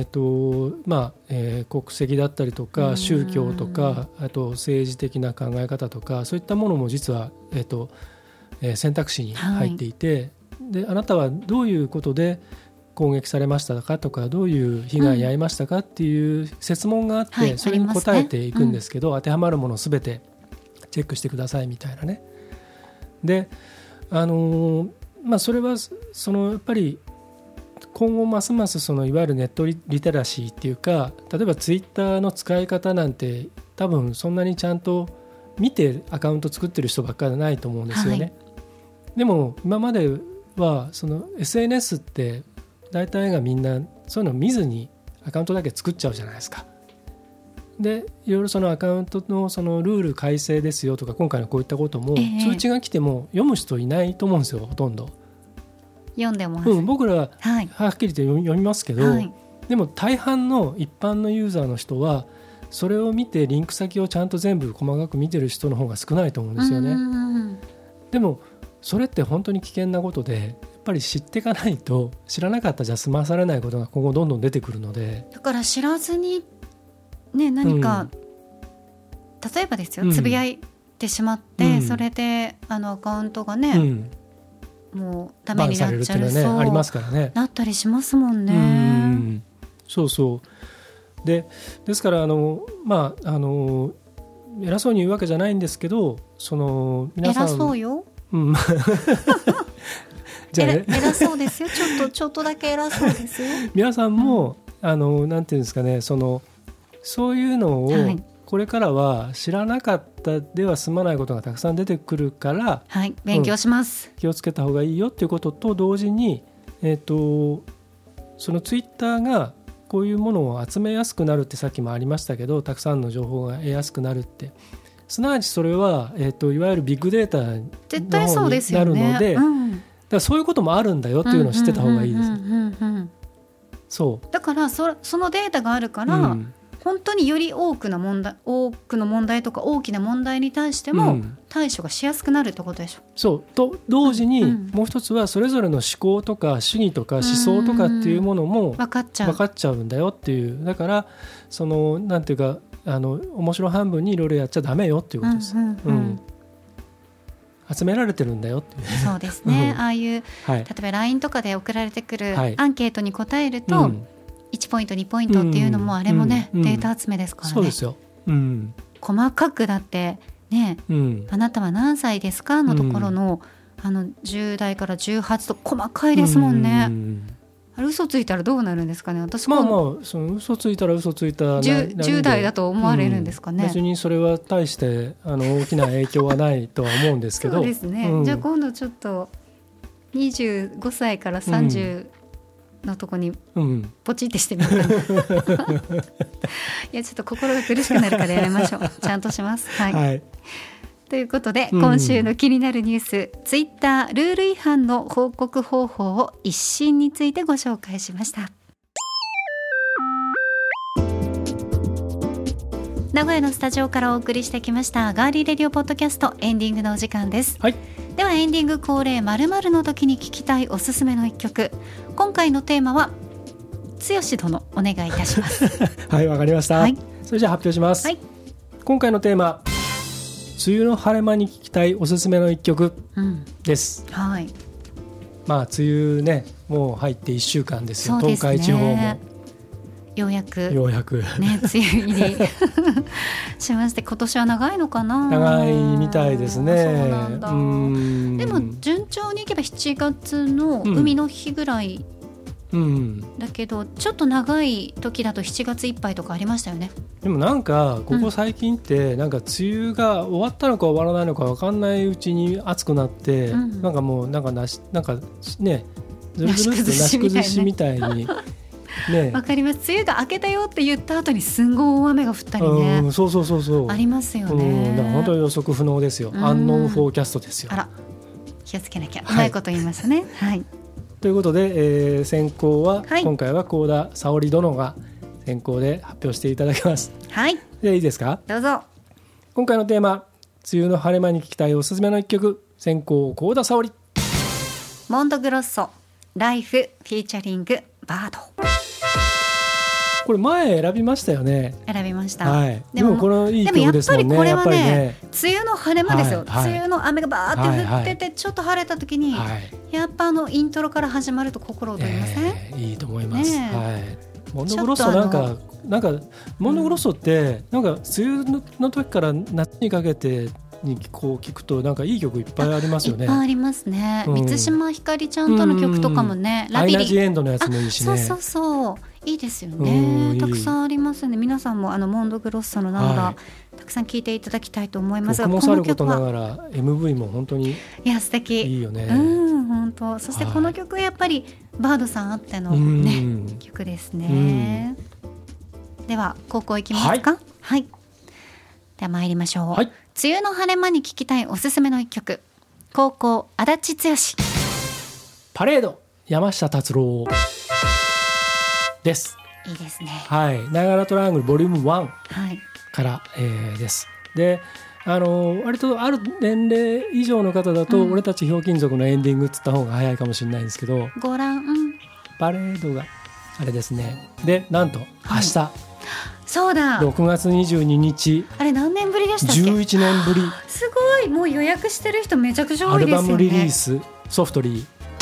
国籍だったりとか宗教とか、あと政治的な考え方とか、そういったものも実は、選択肢に入っていて、であなたはどういうことで攻撃されましたかとか、どういう被害に遭いましたかっていう設問があって、それに答えていくんですけど、当てはまるものをすべてチェックしてくださいみたいなね。でそれはやっぱり今後ますますいわゆるネットリテラシーっていうか、例えばツイッターの使い方なんて多分そんなにちゃんと見てアカウント作ってる人ばっかりじゃないと思うんですよね、はい、でも今まではSNS って大体がみんなそういうのを見ずにアカウントだけ作っちゃうじゃないですか。でいろいろアカウントのルール改正ですよとか、今回のこういったことも、通知が来ても読む人いないと思うんですよ、ほとんど。 読んでます、 僕らははっきりと読みますけど、でも大半の一般のユーザーの人はそれを見てリンク先をちゃんと全部細かく見てる人の方が少ないと思うんですよね。でもそれって本当に危険なことで、やっぱり知っていかないと、知らなかったじゃ済まされないことが今後どんどん出てくるので、だから知らずに何か、例えばですよ、つぶやいてしまって、それでアカウントがね、もうダメになっちゃう、 ありますからね、 なったりしますもんね。 そうですから偉そうに言うわけじゃないんですけど、皆さん偉そうよ、じゃあ偉そうですよ、ちょっとだけ偉そうですよ皆さんも、なんていうんですかね、そういうのをこれからは知らなかったでは済まないことがたくさん出てくるから、 勉強します、 気をつけた方がいいよっていうことと同時に、そのツイッターがこういうものを集めやすくなるってさっきもありましたけど、たくさんの情報が得やすくなるって、すなわちそれは、いわゆるビッグデータの方になるので、だからそういうこともあるんだよっていうのを知ってた方がいいです。そうだからそのデータがあるから、本当により多くの問題とか大きな問題に対しても対処がしやすくなるってことでしょ。 そうと同時に、もう一つはそれぞれの思考とか主義とか思想とかっていうものも分かっちゃうんだよっていう。だからそのなんていうか面白半分にいろいろやっちゃダメよっていうことです。集められてるんだよっていう。 そうですね、ああいう、例えば LINE とかで送られてくるアンケートに答えると、1ポイント2ポイントっていうのもあれもね、データ集めですからね。 そうですよ、 細かくだってね、あなたは何歳ですかのところの、10代から18と細かいですもんね。あれ嘘ついたらどうなるんですかね。私もその嘘ついたら嘘ついた 10代だと思われるんですかね。 別にそれは大して大きな影響はないとは思うんですけどそうですね、じゃあ今度ちょっと25歳から30のとこにポチってしてみようかな、いやちょっと心が苦しくなるからやめましょう。ちゃんとします。はい、ということで、今週の気になるニュース、ツイッタールール違反の報告方法を一新についてご紹介しました。名古屋のスタジオからお送りしてきましたガーリーレディオポッドキャスト、エンディングのお時間です。ではエンディング恒例〇〇の時に聞きたいおすすめの一曲、今回のテーマは剛殿お願いいたします。 はい、わかりました、それじゃあ発表します、今回のテーマ、梅雨の晴れ間に聞きたいおすすめの一曲です、まあ梅雨ね、もう入って1週間ですよ。東海地方もようやくね、梅雨入りしまして、今年は長いのかな。 長いみたいですね。 そうなんだ。でも順調にいけば7月の海の日ぐらい、だけどちょっと長い時だと7月いっぱいとかありましたよね。でもなんかここ最近ってなんか梅雨が終わったのか終わらないのか分かんないうちに暑くなって、なんかもうなんかね、ずるずるってなし崩しみたいにわかります。梅雨が明けたよって言った後にすんごい大雨が降ったりね、 そうありますよね。 だから本当に予測不能ですよ。アンノンフォーキャストですよ。 あら、気をつけなきゃ。うまいこと言いましたね。 ということで、先行は、今回は幸田沙織殿が先行で発表していただきます。でいいですか。 どうぞ。 今回のテーマ、梅雨の晴れ間に聞きたいおすすめの一曲、先行幸田沙織、 モンドグロッソライフフィーチャリングバード。 これ前選びましたよね。 選びました、 でもこのいい曲ですもんね。 でもやっぱりこれはね、梅雨の晴れ間ですよ、梅雨の雨がバーって降ってて、ちょっと晴れた時に、やっぱイントロから始まると心躍りません？ いいと思います、モンドグロッソなんかモンドグロッソってなんか梅雨の時から夏にかけてにこう聞くとなんかいい曲いっぱいありますよね。 いっぱいありますね、満島ひかりちゃんとの曲とかもね、 ラビリンアイナ・ジ・エンドのやつもいいしね。 そういいですよね。たくさんありますね。皆さんもモンドグロッソのナンバー、たくさん聴いていただきたいと思いますが、 僕もさることながら MV も本当に素敵、 いいよね。 本当。そしてこの曲はやっぱりバードさんあってのね、曲ですね。では高校いきますか。では参りましょう。梅雨の晴れ間に聴きたいおすすめの一曲、高校足立剛、 パレード山下達郎です。 いいですね。 ナイアガラトライアングルボリューム1から、です。で割とある年齢以上の方だと、俺たちひょうきん族のエンディングっつった方が早いかもしれないんですけど、 ご覧、 パレードがあれですね。でなんと明日、 そうだ、 6月22日、 あれ何年ぶりでしたっけ。 11年ぶり。 すごい、もう予約してる人めちゃくちゃ多いですよね。 アルバムリリースソフトリー、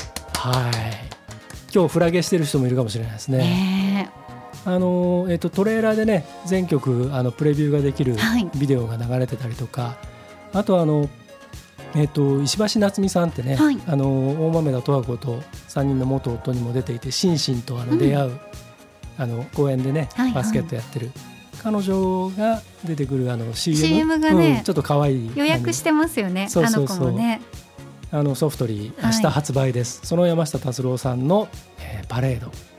今日フラゲしてる人もいるかもしれないですね。トレーラーでね、全曲プレビューができるビデオが流れてたりとか、あと石橋夏美さんってね、大豆田十和子と3人の元夫にも出ていて、心身と出会う、公園でね、バスケットやってる彼女が出てくるCM がね、 ちょっと可愛い予約してますよね。あの子もね、 ソフトリー明日発売です。その山下達郎さんの、パレード、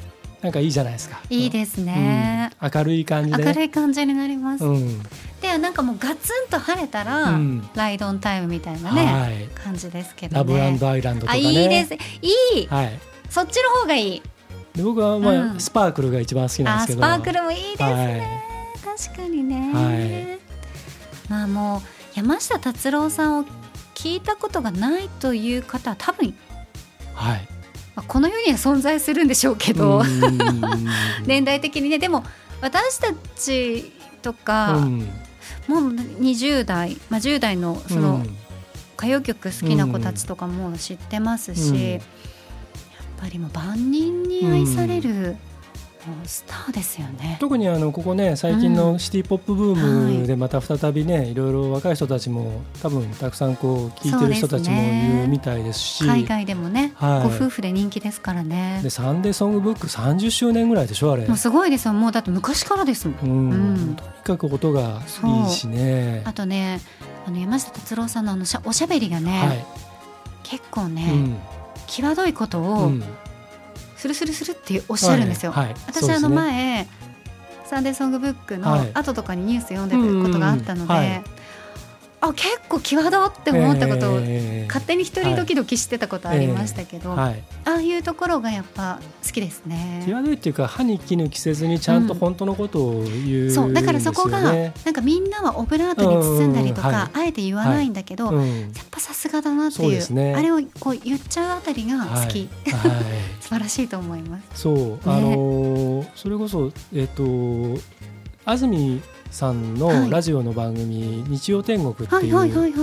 なんかいいじゃないですか。 いいですね、 明るい感じで、ね、 明るい感じになります、でなんかもうガツンと晴れたら、ライドオンタイムみたいなね、はい、感じですけどね。 ラブ&アイランドとかね。 いいです、いい、はい、そっちの方がいい。 で僕は、スパークルが一番好きなんですけど。 スパークルもいいですね、はい、確かにね、はい、もう山下達郎さんを聞いたことがないという方は多分、はい、この世には存在するんでしょうけど年代的にね。でも私たちとか、もう20代、10代のその歌謡曲好きな子たちとかも知ってますし、やっぱりもう万人に愛されるスターですよね。 特にここね、最近のシティポップブームでまた再びね、いろいろ若い人たちも多分たくさんこう聴いてる人たちもいるみたいですし、 海外でもね、ご夫婦で人気ですからね。 でサンデーソングブック30周年ぐらいでしょ、あれ。 もうすごいですよ。もうだって昔からですもん、 とにかく音がいいしね。 あとね、山下達郎さんのおしゃべりがね、結構ね、際どいことを、スルスルスルっておっしゃるんですよ、私前サンデーソングブックの後とかにニュース読んでることがあったので、結構際どって思ったことを勝手に一人ドキドキしてたことありましたけど、ああいうところがやっぱ好きですね。 際どいっていうか、歯に衣着せずにちゃんと本当のことを言うんですよね。 だからそこがなんかみんなはオブラートに包んだりとか、あえて言わないんだけど、やっぱさすがだなっていう、あれをこう言っちゃうあたりが好き、素晴らしいと思います。 そう、それこそ安住さんのラジオの番組、日曜天国っていう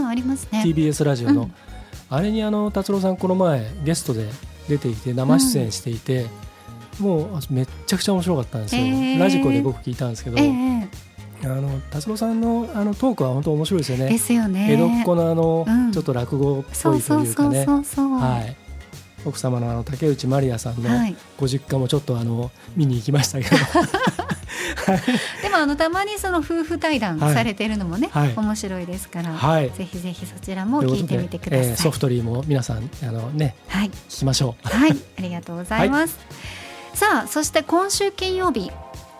TBS ラジオの、あれに達郎さんこの前ゲストで出ていて生出演していて、もうめっちゃくちゃ面白かったんですよ、ラジコで僕聞いたんですけど、達郎さんのトークは本当面白いですよね。 ですよね。 江戸っ子のちょっと落語っぽいというかね、奥様の竹内まりやさんのご実家もちょっと見に行きましたけどでもたまにその夫婦対談されているのもね、面白いですから、ぜひぜひそちらも聞いてみてください。 ソフトリーも皆さん聞きましょう。 はい、ありがとうございます。さあ、そして今週金曜日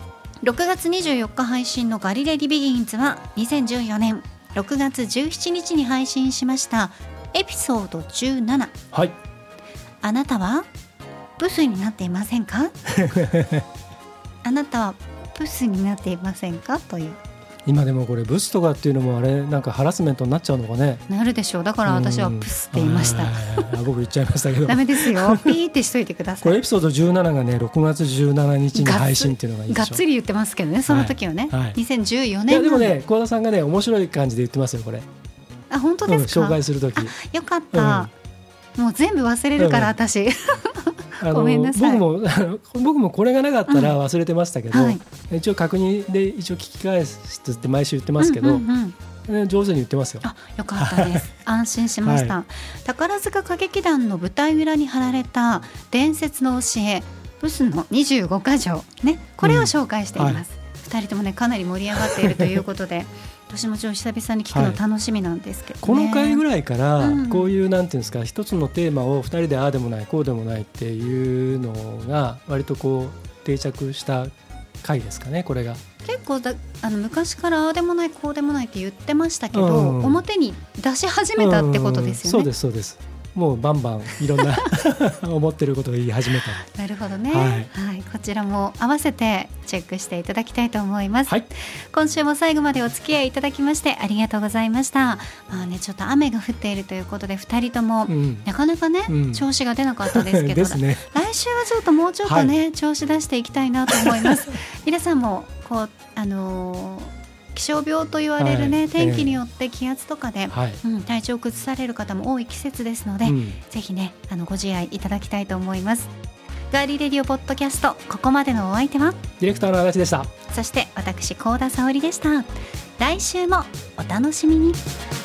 6月24日配信のガリレディビギンズは2014年6月17日に配信しましたエピソード17、あなたはブスになっていませんかあなたはブスになっていませんかという。 今でもこれブスとかっていうのもあれなんかハラスメントになっちゃうのかね。 なるでしょう。だから私はブスって言いました。 僕言っちゃいましたけどダメですよ。ピーってしといてください。 これエピソード17がね6月17日に配信っていうのがいいでしょ。 がっつり言ってますけどね、その時はね、2014年。 いやでもね、幸田さんがね面白い感じで言ってますよこれ。 あ、本当ですか。 紹介する時。 よかった、もう全部忘れるから、私ごめんなさい。 僕もこれがなかったら忘れてましたけど、一応確認で一応聞き返すって毎週言ってますけど、上手に言ってますよ。 よかったです安心しました、宝塚歌劇団の舞台裏に貼られた伝説の教えブスの25か条ね、これを紹介しています、2人ともねかなり盛り上がっているということで私も久々に聞くの楽しみなんですけどね、 この回ぐらいからこういうなんていうんですか、一つのテーマを2人でああでもないこうでもないっていうのが割とこう定着した回ですかね。これが結構昔からああでもないこうでもないって言ってましたけど、表に出し始めたってことですよね。 そうですそうです。もうバンバンいろんな思ってることを言い始めた。 なるほどね、こちらも合わせてチェックしていただきたいと思います、今週も最後までお付き合いいただきましてありがとうございました。ちょっと雨が降っているということで2人とも、なかなかね、調子が出なかったですけどですね、来週はちょっともうちょっとね、調子出していきたいなと思います皆さんもこう気象病と言われるね、天気によって気圧とかで、体調を崩される方も多い季節ですので、ぜひねご自愛いただきたいと思います。ガーリーレディオポッドキャスト、ここまでのお相手はディレクターの足立でした。 そして私幸田沙織でした。来週もお楽しみに。